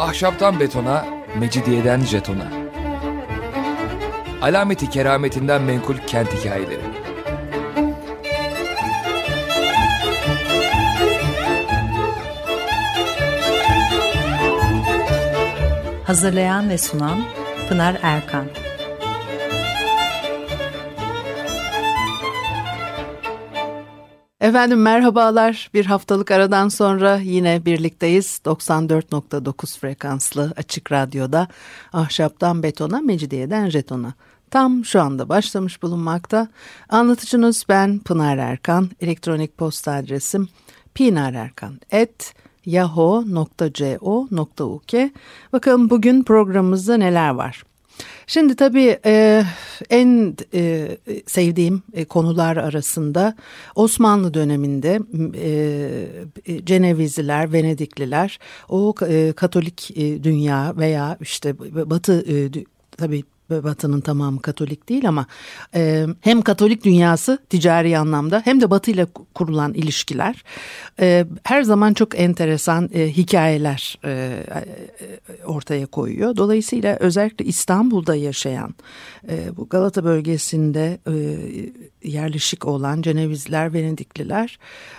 Ahşaptan betona, mecidiyeden jetona. Alameti kerametinden menkul kent hikayeleri. Hazırlayan ve sunan Pınar Erkan. Efendim merhabalar. Bir haftalık aradan sonra yine birlikteyiz. 94.9 frekanslı Açık Radyo'da Ahşaptan Betona, Mecidiyeden Jeton'a. Tam şu anda başlamış bulunmakta. Anlatıcınız ben Pınar Erkan. Elektronik posta adresim pinarerkan@yahoo.co.uk. Bakalım bugün programımızda neler var? Şimdi tabii en sevdiğim konular arasında Osmanlı döneminde Cenevizliler, Venedikliler, o Katolik dünya veya işte Batı, tabii Batı'nın tamamı Katolik değil ama hem Katolik dünyası ticari anlamda hem de Batı ile kurulan ilişkiler her zaman çok enteresan hikayeler ortaya koyuyor. Dolayısıyla özellikle İstanbul'da yaşayan, bu Galata bölgesinde yerleşik olan Cenevizliler, Venedikliler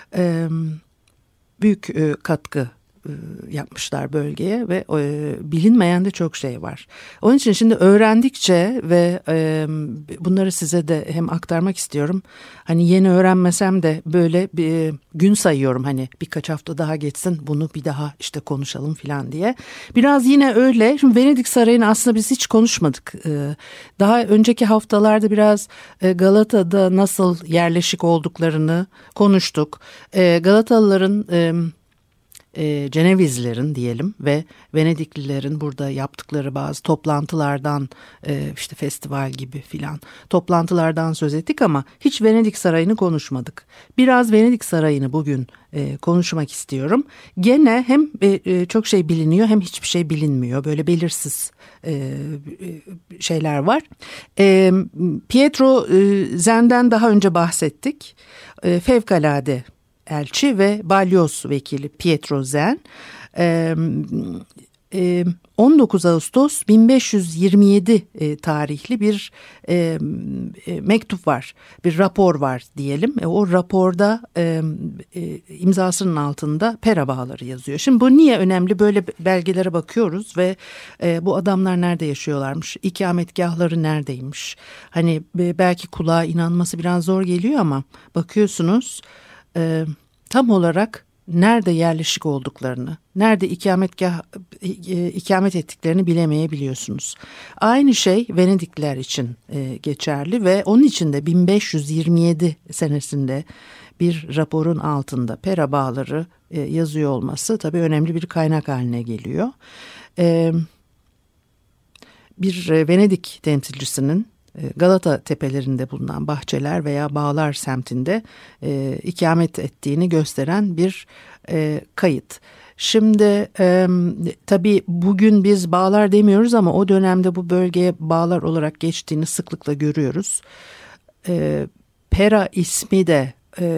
büyük katkı yapmışlar bölgeye ve bilinmeyen de çok şey var. Onun için şimdi öğrendikçe ve bunları size de hem aktarmak istiyorum. Hani yeni öğrenmesem de böyle bir gün sayıyorum, hani birkaç hafta daha geçsin bunu bir daha işte konuşalım falan diye. Biraz yine öyle. Şimdi Venedik Sarayı'nı aslında biz hiç konuşmadık. Daha önceki haftalarda biraz Galata'da nasıl yerleşik olduklarını konuştuk. Galatalıların Cenevizlilerin diyelim ve Venediklilerin burada yaptıkları bazı toplantılardan, işte festival gibi filan toplantılardan söz ettik ama hiç Venedik Sarayı'nı konuşmadık. Biraz Venedik Sarayı'nı bugün konuşmak istiyorum. Gene hem çok şey biliniyor hem hiçbir şey bilinmiyor. Böyle belirsiz şeyler var. Pietro Zen'den daha önce bahsettik. Fevkalade elçi ve balyoz vekili Pietro Zen 19 Ağustos 1527 tarihli bir mektup var, bir rapor var diyelim. O raporda imzasının altında Pera bağları yazıyor. Şimdi bu niye önemli? Böyle belgelere bakıyoruz ve bu adamlar nerede yaşıyorlarmış? İkametgahları neredeymiş? Hani belki kulağa inanması biraz zor geliyor ama bakıyorsunuz tam olarak nerede yerleşik olduklarını, nerede ikamet ettiklerini bilemeyebiliyorsunuz. Aynı şey Venedikliler için geçerli ve onun için de 1527 senesinde bir raporun altında Pera bağları yazıyor olması tabii önemli bir kaynak haline geliyor. Bir Venedik temsilcisinin Galata tepelerinde bulunan bahçeler veya bağlar semtinde ikamet ettiğini gösteren bir kayıt. Şimdi tabii bugün biz bağlar demiyoruz ama o dönemde bu bölgeye bağlar olarak geçtiğini sıklıkla görüyoruz. Pera ismi de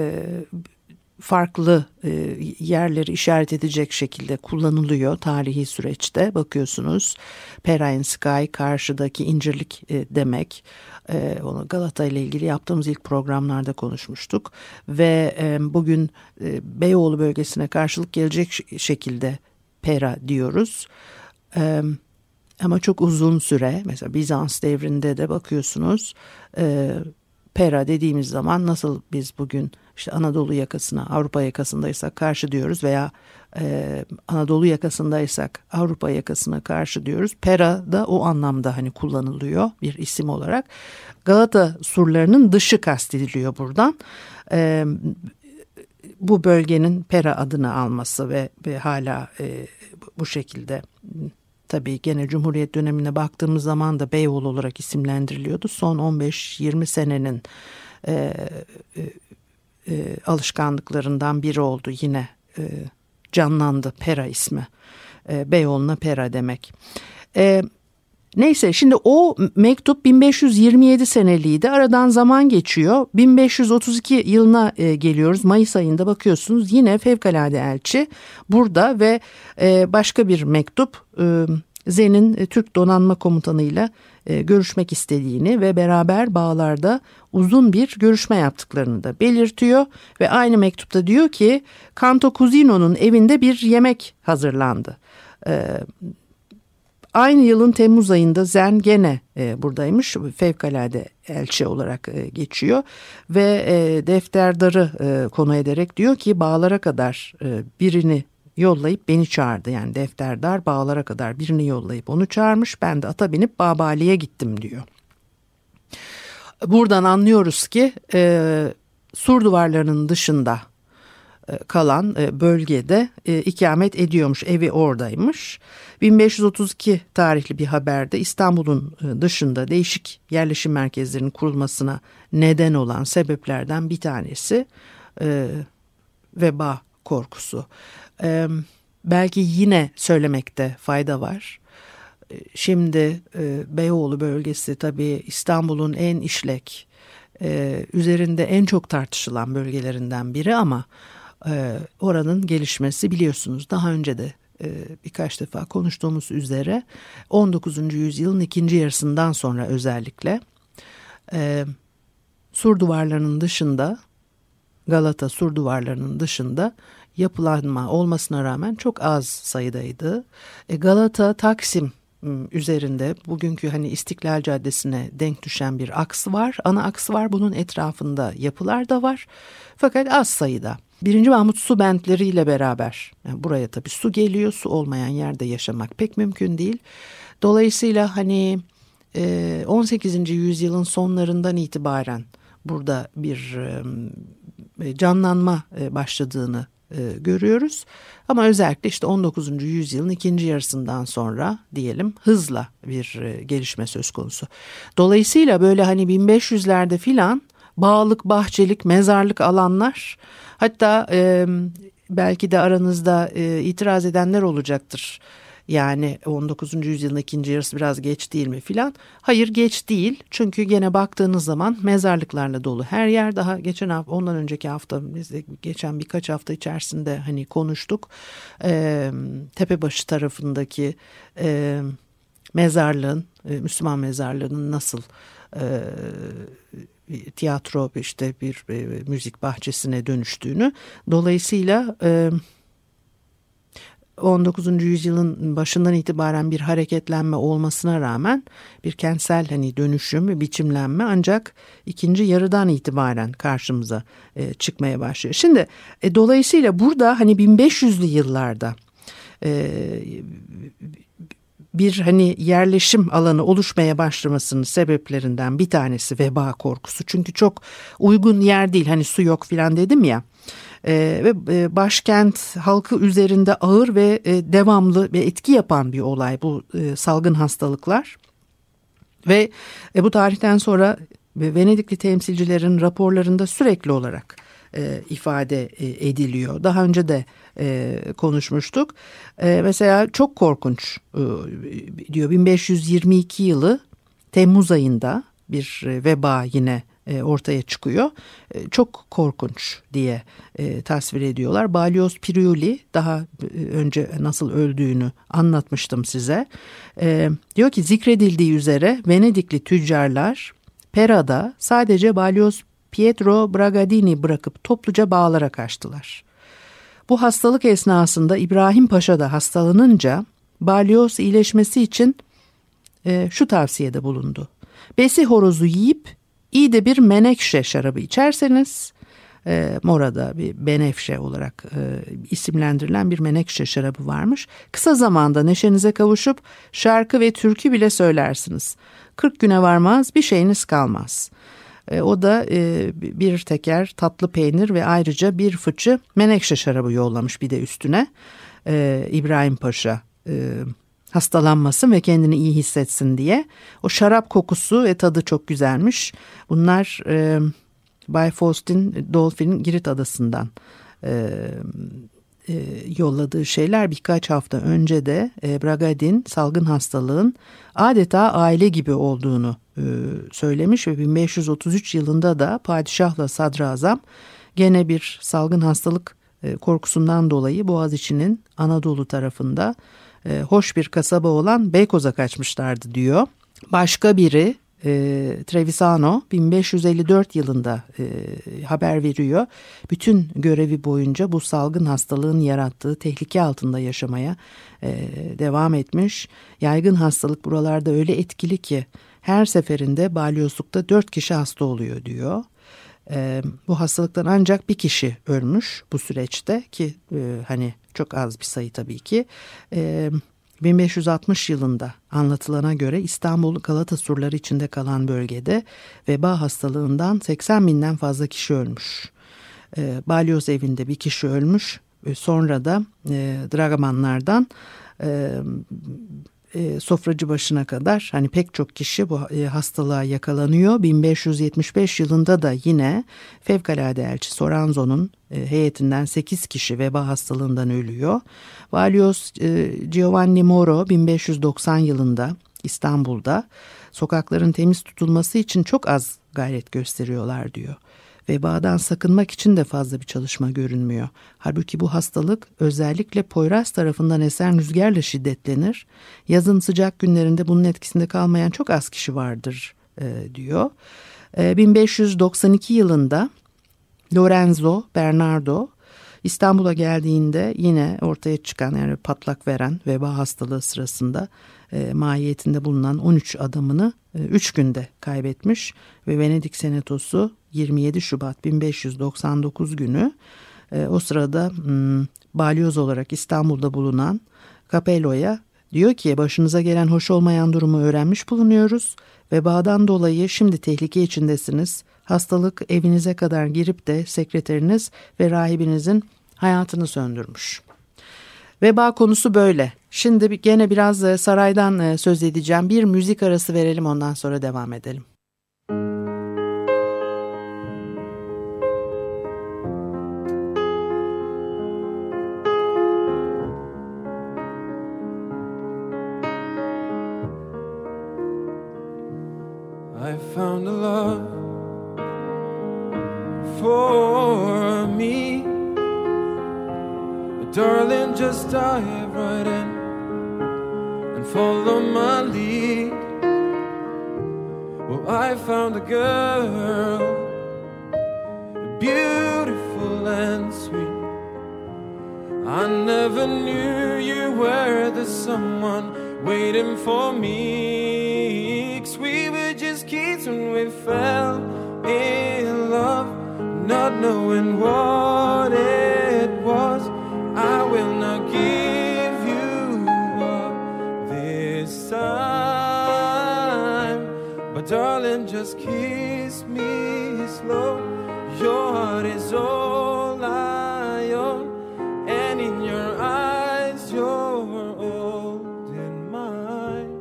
farklı yerleri işaret edecek şekilde kullanılıyor tarihi süreçte. Bakıyorsunuz Pera in Sky, karşıdaki incirlik demek. Onu Galata ile ilgili yaptığımız ilk programlarda konuşmuştuk. Ve bugün Beyoğlu bölgesine karşılık gelecek şekilde Pera diyoruz. Ama çok uzun süre, mesela Bizans devrinde de bakıyorsunuz Pera dediğimiz zaman nasıl biz bugün işte Anadolu yakasına, Avrupa yakasındaysak karşı diyoruz veya Anadolu yakasındaysak Avrupa yakasına karşı diyoruz. Pera da o anlamda hani kullanılıyor bir isim olarak. Galata surlarının dışı kastediliyor buradan. Bu bölgenin Pera adını alması ve hala bu şekilde. Tabii gene Cumhuriyet dönemine baktığımız zaman da Beyoğlu olarak isimlendiriliyordu. Son 15-20 senenin alışkanlıklarından biri oldu. Yine canlandı Pera ismi. Beyoğlu'na Pera demek. Neyse şimdi o mektup 1527 seneliydi. Aradan zaman geçiyor. 1532 yılına geliyoruz. Mayıs ayında bakıyorsunuz yine fevkalade elçi burada ve başka bir mektup Zen'in Türk Donanma Komutanı'yla görüşmek istediğini ve beraber bağlarda uzun bir görüşme yaptıklarını da belirtiyor. Ve aynı mektupta diyor ki Cantacuzino'nun evinde bir yemek hazırlandı. Aynı yılın Temmuz ayında Zen gene buradaymış, fevkalade elçi olarak geçiyor ve defterdarı konu ederek diyor ki bağlara kadar birini yollayıp beni çağırdı. Yani defterdar bağlara kadar birini yollayıp onu çağırmış, ben de ata binip Babali'ye gittim diyor. Buradan anlıyoruz ki sur duvarlarının dışında kalan bölgede ikamet ediyormuş, evi oradaymış. 1532 tarihli bir haberde İstanbul'un dışında değişik yerleşim merkezlerinin kurulmasına neden olan sebeplerden bir tanesi veba korkusu. Belki yine söylemekte fayda var. Şimdi Beyoğlu bölgesi tabii İstanbul'un en işlek, üzerinde en çok tartışılan bölgelerinden biri ama oranın gelişmesi biliyorsunuz daha önce de birkaç defa konuştuğumuz üzere 19. yüzyılın ikinci yarısından sonra özellikle sur duvarlarının dışında, Galata sur duvarlarının dışında yapılanma olmasına rağmen çok az sayıdaydı. Galata Taksim üzerinde bugünkü hani İstiklal Caddesi'ne denk düşen bir aks var. Ana aks var, bunun etrafında yapılar da var. Fakat az sayıda. 1. Mahmut su bentleriyle beraber yani buraya tabii su geliyor. Su olmayan yerde yaşamak pek mümkün değil. Dolayısıyla hani 18. yüzyılın sonlarından itibaren burada bir canlanma başladığını görüyoruz. Ama özellikle işte 19. yüzyılın ikinci yarısından sonra diyelim hızla bir gelişme söz konusu. Dolayısıyla böyle hani 1500'lerde filan bağlık, bahçelik, mezarlık alanlar, hatta belki de aranızda itiraz edenler olacaktır. Yani 19. yüzyılın ikinci yarısı biraz geç değil mi filan? Hayır, geç değil. Çünkü gene baktığınız zaman mezarlıklarla dolu her yer. Daha geçen hafta, ondan önceki hafta, geçen birkaç hafta içerisinde hani konuştuk. Tepebaşı tarafındaki mezarlığın, Müslüman mezarlığının nasıl tiyatro, işte bir müzik bahçesine dönüştüğünü. Dolayısıyla 19. yüzyılın başından itibaren bir hareketlenme olmasına rağmen bir kentsel hani dönüşüm, biçimlenme ancak ikinci yarıdan itibaren karşımıza çıkmaya başlıyor. Şimdi dolayısıyla burada hani 1500'lü yıllarda bir hani yerleşim alanı oluşmaya başlamasının sebeplerinden bir tanesi veba korkusu. Çünkü çok uygun yer değil, hani su yok filan dedim ya. Ve başkent halkı üzerinde ağır ve devamlı ve etki yapan bir olay bu salgın hastalıklar. Ve bu tarihten sonra Venedikli temsilcilerin raporlarında sürekli olarak ifade ediliyor. Daha önce de konuşmuştuk. Mesela çok korkunç diyor, 1522 yılı Temmuz ayında bir veba yine ortaya çıkıyor. Çok korkunç diye tasvir ediyorlar. Balyoz Priuli, daha önce nasıl öldüğünü anlatmıştım size. Diyor ki zikredildiği üzere Venedikli tüccarlar Pera'da sadece Balyoz Pietro Bragadini bırakıp topluca bağlara kaçtılar. Bu hastalık esnasında İbrahim Paşa da hastalanınca Balyoz iyileşmesi için şu tavsiyede bulundu. Besi horozu yiyip iyi de bir menekşe şarabı içerseniz, Mora'da bir benefşe olarak isimlendirilen bir menekşe şarabı varmış. Kısa zamanda neşenize kavuşup şarkı ve türkü bile söylersiniz. 40 güne varmaz bir şeyiniz kalmaz. O da bir teker tatlı peynir ve ayrıca bir fıçı menekşe şarabı yollamış bir de üstüne. İbrahim Paşa hastalanmasın ve kendini iyi hissetsin diye. O şarap kokusu ve tadı çok güzelmiş. Bunlar Bay Faustin Dolphin Girit Adası'ndan yolladığı şeyler birkaç hafta önce de Bragadin salgın hastalığın adeta aile gibi olduğunu söylemiş ve 1533 yılında da padişahla sadrazam gene bir salgın hastalık korkusundan dolayı Boğaziçi'nin Anadolu tarafında hoş bir kasaba olan Beykoz'a kaçmışlardı diyor. Başka biri Trevisano 1554 yılında haber veriyor. Bütün görevi boyunca bu salgın hastalığın yarattığı tehlike altında yaşamaya devam etmiş. Yaygın hastalık buralarda öyle etkili ki her seferinde balyozlukta 4 kişi hasta oluyor diyor. Bu hastalıktan ancak bir kişi ölmüş bu süreçte ki hani çok az bir sayı tabii ki. 1560 yılında anlatılana göre İstanbul Galata surları içinde kalan bölgede veba hastalığından 80 binden fazla kişi ölmüş. Balyoz evinde bir kişi ölmüş. Sonra da Dragomanlardan sofracı başına kadar hani pek çok kişi bu hastalığa yakalanıyor. 1575 yılında da yine fevkalade elçi Soranzo'nun heyetinden 8 kişi veba hastalığından ölüyor. Valyoz Giovanni Moro 1590 yılında İstanbul'da sokakların temiz tutulması için çok az gayret gösteriyorlar diyor. Vebadan sakınmak için de fazla bir çalışma görünmüyor. Halbuki bu hastalık özellikle Poyraz tarafından esen rüzgarla şiddetlenir. Yazın sıcak günlerinde bunun etkisinde kalmayan çok az kişi vardır diyor. 1592 yılında Lorenzo Bernardo İstanbul'a geldiğinde yine ortaya çıkan yani patlak veren veba hastalığı sırasında mahiyetinde bulunan 13 adamını 3 günde kaybetmiş ve Venedik Senatosu 27 Şubat 1599 günü o sırada balyoz olarak İstanbul'da bulunan Capello'ya diyor ki başınıza gelen hoş olmayan durumu öğrenmiş bulunuyoruz. Vebadan dolayı şimdi tehlike içindesiniz. Hastalık evinize kadar girip de sekreteriniz ve rahibinizin hayatını söndürmüş. Veba konusu böyle. Şimdi gene biraz saraydan söz edeceğim. Bir müzik arası verelim ondan sonra devam edelim. I found a love for me. Darling, just dive right in and follow my lead. Well, I found a girl, beautiful and sweet. I never knew you were the someone waiting for me. 'Cause we were just kids when we fell in love, not knowing what it was. I will not give you up this time, but darling, just kiss me slow. Your heart is all I own, and in your eyes you're holding mine.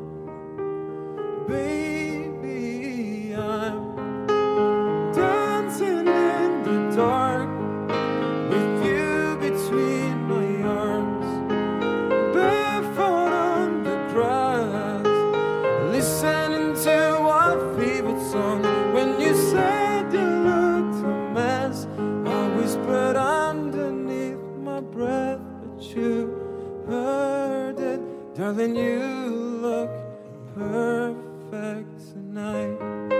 Baby, I'm dancing in the dark with you between my arms, barefoot on the grass, listening to our favorite song. When you said you looked a mess, I whispered underneath my breath, but you heard it. Darling, you look perfect tonight.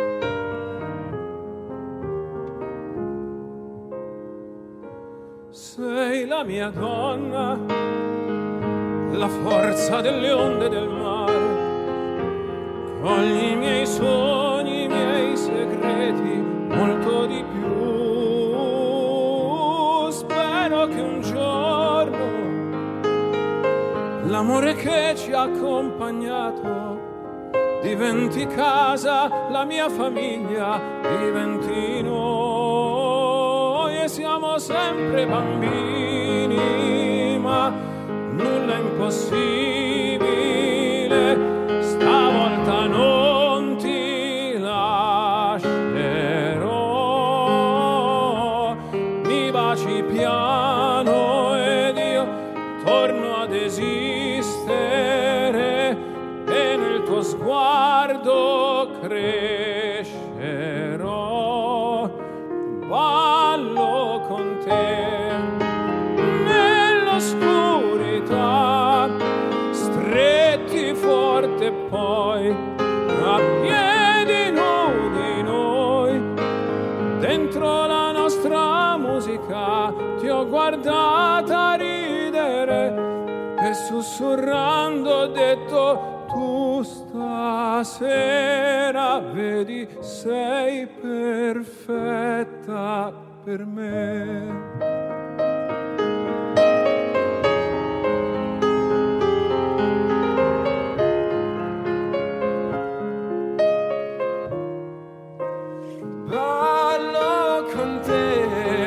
Sei la mia donna, la forza delle onde del mare, cogli i miei sogni, i miei segreti, molto di più. Spero che un giorno l'amore che ci ha accompagnato diventi casa, la mia famiglia diventi noi. E siamo sempre bambini, ma nulla è impossibile. Stavolta non ti lascerò. Mi baci piano ed io guardo crescerò, ballo con te nell'oscurità, stretti forte poi a piedi nudi noi, dentro la nostra musica ti ho guardata ridere e sussurrando ho detto: tu stasera vedi sei perfetta per me. Ballo con te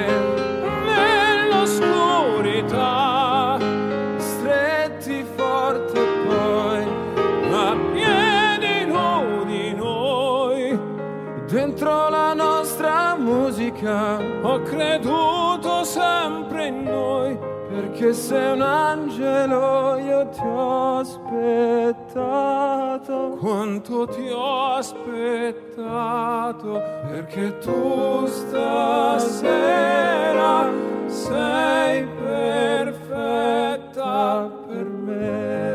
nell'oscurità, stretti forte poi a piedi nudi noi, dentro la nostra musica ho creduto sempre in noi, perché sei un angelo io ti ho aspettato, quanto ti ho aspettato, perché tu stasera sei perfetta per me.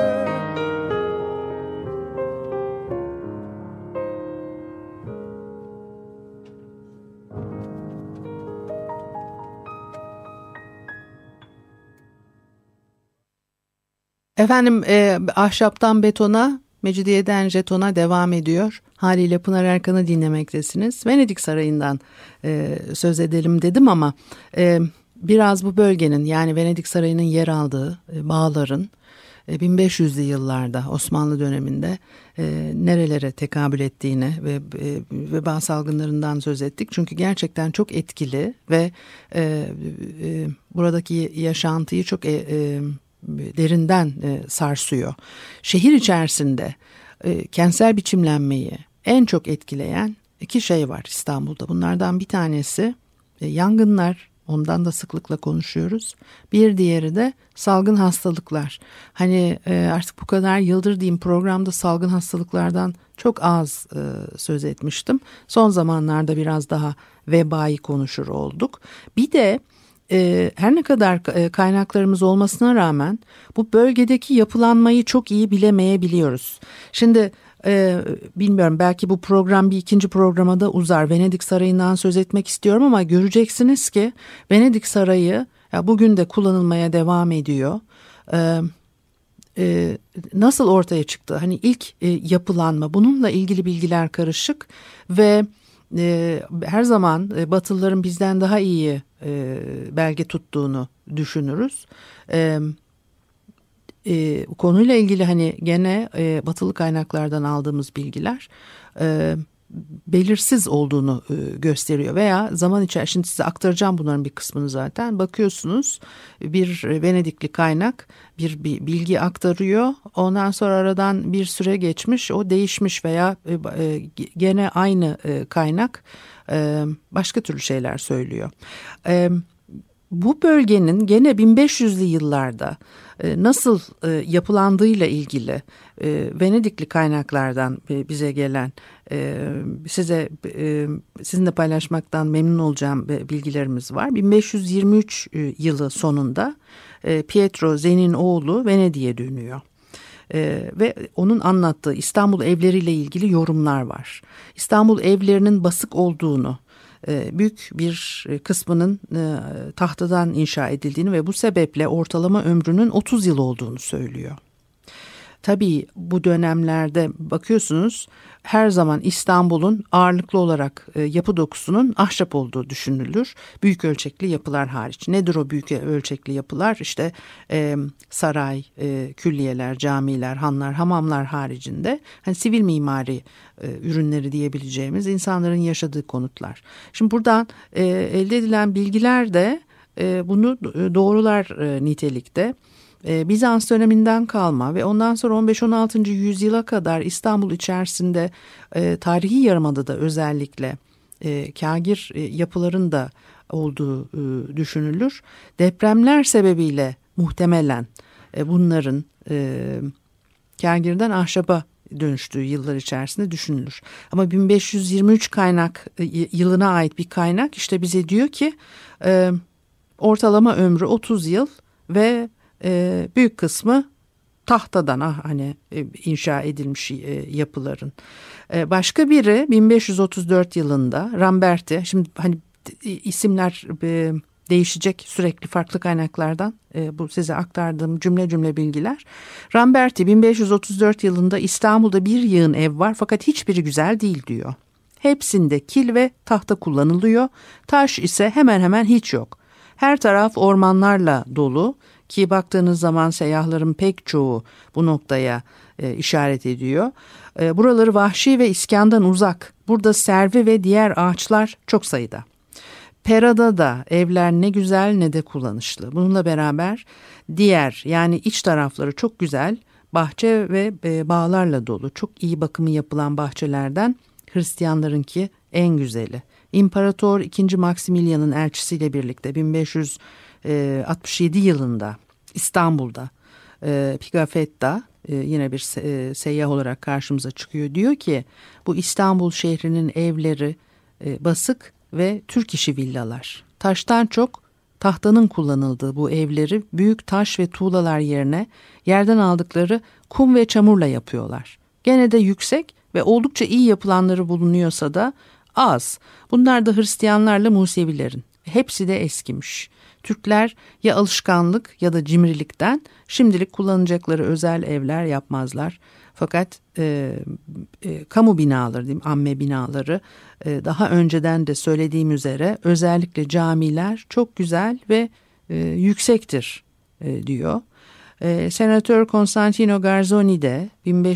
Efendim ahşaptan betona, mecidiyeden jetona devam ediyor. Haliyle Pınar Erkan'ı dinlemektesiniz. Venedik Sarayı'ndan söz edelim dedim ama biraz bu bölgenin, yani Venedik Sarayı'nın yer aldığı bağların 1500'lü yıllarda Osmanlı döneminde nerelere tekabül ettiğini ve veba salgınlarından söz ettik. Çünkü gerçekten çok etkili ve buradaki yaşantıyı çok derinden sarsıyor. Şehir içerisinde kentsel biçimlenmeyi en çok etkileyen iki şey var İstanbul'da. Bunlardan bir tanesi yangınlar, ondan da sıklıkla konuşuyoruz. Bir diğeri de salgın hastalıklar. Hani artık bu kadar yıldır diyeyim programda salgın hastalıklardan çok az söz etmiştim. Son zamanlarda biraz daha vebayı konuşur olduk. Bir de her ne kadar kaynaklarımız olmasına rağmen bu bölgedeki yapılanmayı çok iyi bilemeyebiliyoruz. Şimdi bilmiyorum, belki bu program bir ikinci programa da uzar. Venedik Sarayı'ndan söz etmek istiyorum ama göreceksiniz ki Venedik Sarayı bugün de kullanılmaya devam ediyor. Nasıl ortaya çıktı? Hani ilk yapılanma, bununla ilgili bilgiler karışık ve her zaman Batılıların bizden daha iyi belge tuttuğunu düşünürüz. Konuyla ilgili hani gene Batılı kaynaklardan aldığımız bilgiler belirsiz olduğunu gösteriyor veya zaman içerisinde, şimdi size aktaracağım bunların bir kısmını zaten. Bakıyorsunuz bir Venedikli kaynak bir bilgi aktarıyor, ondan sonra aradan bir süre geçmiş, o değişmiş veya gene aynı kaynak başka türlü şeyler söylüyor. Bu bölgenin gene 1500'lü yıllarda nasıl yapılandığıyla ilgili Venedikli kaynaklardan bize gelen, sizinle paylaşmaktan memnun olacağım bilgilerimiz var. 1523 yılı sonunda Pietro Zen'in oğlu Venedik'e dönüyor. Ve onun anlattığı İstanbul evleriyle ilgili yorumlar var. İstanbul evlerinin basık olduğunu, büyük bir kısmının tahtadan inşa edildiğini ve bu sebeple ortalama ömrünün 30 yıl olduğunu söylüyor. Tabii bu dönemlerde bakıyorsunuz her zaman İstanbul'un ağırlıklı olarak yapı dokusunun ahşap olduğu düşünülür. Büyük ölçekli yapılar hariç. Nedir o büyük ölçekli yapılar? İşte saray, külliyeler, camiler, hanlar, hamamlar haricinde hani sivil mimari ürünleri diyebileceğimiz insanların yaşadığı konutlar. Şimdi buradan elde edilen bilgiler de bunu doğrular nitelikte. Bizans döneminden kalma ve ondan sonra 15-16. yüzyıla kadar İstanbul içerisinde tarihi yarımadada özellikle kâgir yapıların da olduğu düşünülür. Depremler sebebiyle muhtemelen bunların kâgirden ahşaba dönüştüğü yıllar içerisinde düşünülür. Ama 1523 yılına ait bir kaynak işte bize diyor ki ortalama ömrü 30 yıl ve büyük kısmı tahtadan inşa edilmiş yapıların. Başka biri 1534 yılında Ramberti, şimdi hani isimler değişecek sürekli farklı kaynaklardan bu size aktardığım cümle bilgiler. Ramberti 1534 yılında İstanbul'da bir yığın ev var fakat hiçbiri güzel değil diyor. Hepsinde kil ve tahta kullanılıyor. Taş ise hemen hemen hiç yok. Her taraf ormanlarla dolu ki baktığınız zaman seyyahların pek çoğu bu noktaya işaret ediyor. Buraları vahşi ve iskandan uzak. Burada servi ve diğer ağaçlar çok sayıda. Pera'da da evler ne güzel ne de kullanışlı. Bununla beraber diğer yani iç tarafları çok güzel bahçe ve bağlarla dolu. Çok iyi bakımı yapılan bahçelerden Hristiyanlarınki en güzeli. İmparator II. Maximilian'ın elçisiyle birlikte 1567 yılında İstanbul'da Pigafetta yine bir seyyah olarak karşımıza çıkıyor. Diyor ki bu İstanbul şehrinin evleri basık ve Türk işi villalar. Taştan çok tahtanın kullanıldığı bu evleri büyük taş ve tuğlalar yerine yerden aldıkları kum ve çamurla yapıyorlar. Gene de yüksek ve oldukça iyi yapılanları bulunuyorsa da az. Bunlar da Hristiyanlarla Musevilerin. Hepsi de eskimiş. Türkler ya alışkanlık ya da cimrilikten şimdilik kullanacakları özel evler yapmazlar. Fakat kamu binaları, diyeyim, amme binaları daha önceden de söylediğim üzere özellikle camiler çok güzel ve yüksektir diyor. Senatör Constantino Garzoni de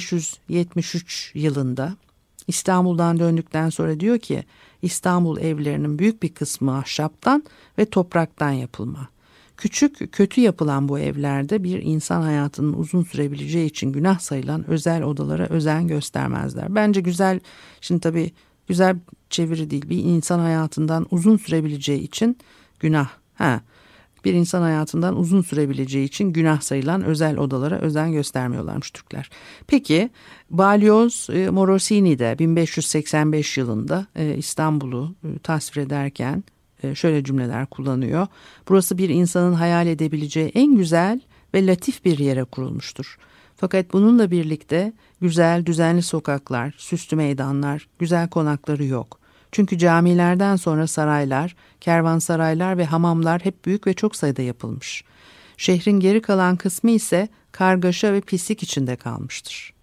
1573 yılında İstanbul'dan döndükten sonra diyor ki İstanbul evlerinin büyük bir kısmı ahşaptan ve topraktan yapılma. Küçük, kötü yapılan bu evlerde bir insan hayatının uzun sürebileceği için günah sayılan özel odalara özen göstermezler. Bence güzel, şimdi tabii güzel çeviri değil, bir insan hayatından uzun sürebileceği için günah. Bir insan hayatından uzun sürebileceği için günah sayılan özel odalara özen göstermiyorlarmış Türkler. Peki Balyoz Morosini de 1585 yılında İstanbul'u tasvir ederken şöyle cümleler kullanıyor. Burası bir insanın hayal edebileceği en güzel ve latif bir yere kurulmuştur. Fakat bununla birlikte güzel, düzenli sokaklar, süslü meydanlar, güzel konakları yok. Çünkü camilerden sonra saraylar, kervansaraylar ve hamamlar hep büyük ve çok sayıda yapılmış. Şehrin geri kalan kısmı ise kargaşa ve pislik içinde kalmıştır.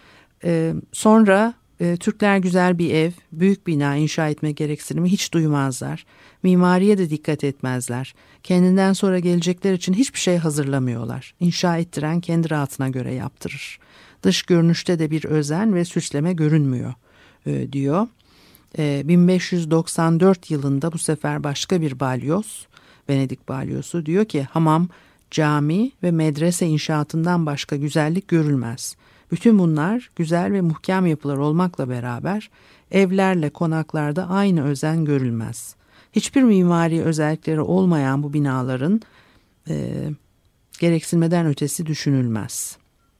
Sonra Türkler güzel bir ev, büyük bina inşa etme gereksinimi hiç duymazlar. Mimariye de dikkat etmezler. Kendinden sonra gelecekler için hiçbir şey hazırlamıyorlar. İnşa ettiren kendi rahatına göre yaptırır. Dış görünüşte de bir özen ve süsleme görünmüyor diyor. 1594 yılında bu sefer başka bir balyoz, Venedik balyozu diyor ki hamam, cami ve medrese inşaatından başka güzellik görülmez. Bütün bunlar güzel ve muhkem yapılar olmakla beraber evlerle konaklarda aynı özen görülmez. Hiçbir mimari özellikleri olmayan bu binaların gereksinmeden ötesi düşünülmez.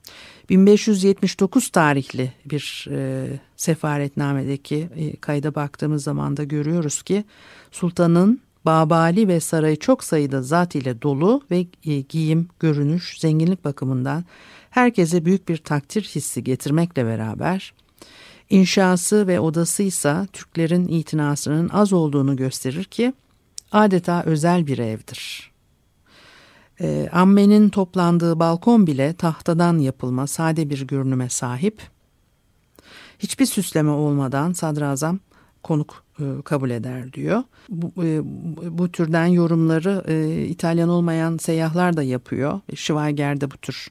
1579 tarihli bir sefaretnamedeki kayda baktığımız zaman da görüyoruz ki sultanın Babali ve sarayı çok sayıda zat ile dolu ve giyim, görünüş, zenginlik bakımından herkese büyük bir takdir hissi getirmekle beraber inşası ve odasıysa Türklerin itinasının az olduğunu gösterir ki adeta özel bir evdir. Ammenin toplandığı balkon bile tahtadan yapılma sade bir görünüme sahip. Hiçbir süsleme olmadan sadrazam konuk kabul eder diyor. Bu türden yorumları İtalyan olmayan seyyahlar da yapıyor. Schweiger de bu tür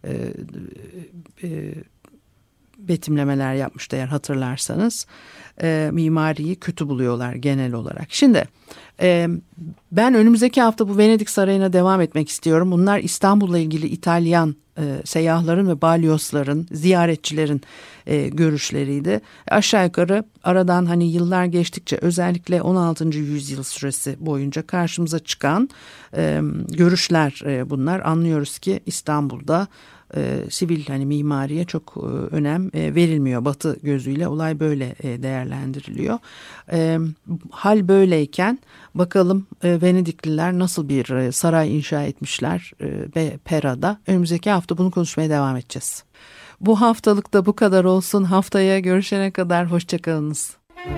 betimlemeler yapmıştı eğer hatırlarsanız. Mimariyi kötü buluyorlar genel olarak. Şimdi ben önümüzdeki hafta bu Venedik Sarayı'na devam etmek istiyorum. Bunlar İstanbul'la ilgili İtalyan seyyahların ve balyozların, ziyaretçilerin görüşleriydi. Aşağı yukarı aradan hani yıllar geçtikçe özellikle 16. yüzyıl süresi boyunca karşımıza çıkan görüşler bunlar. Anlıyoruz ki İstanbul'da sivil hani mimariye çok önem verilmiyor. Batı gözüyle olay böyle değerlendiriliyor. Hal böyleyken bakalım Venedikliler nasıl bir saray inşa etmişler Pera'da. Önümüzdeki hafta bunu konuşmaya devam edeceğiz. Bu haftalık da bu kadar olsun. Haftaya görüşene kadar hoşçakalınız.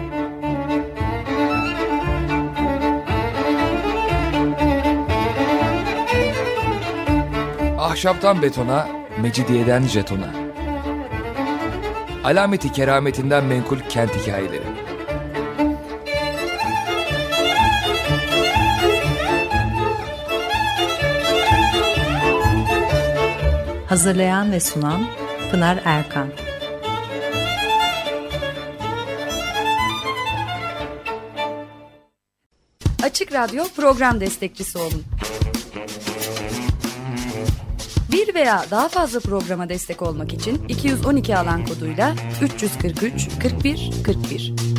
Ahşaptan betona, mecidiyeden jetona. Alameti kerametinden menkul kent hikayeleri. Hazırlayan ve sunan Pınar Erkan. Açık Radyo program destekçisi olun. Bir veya daha fazla programa destek olmak için 212 alan koduyla 343 41 41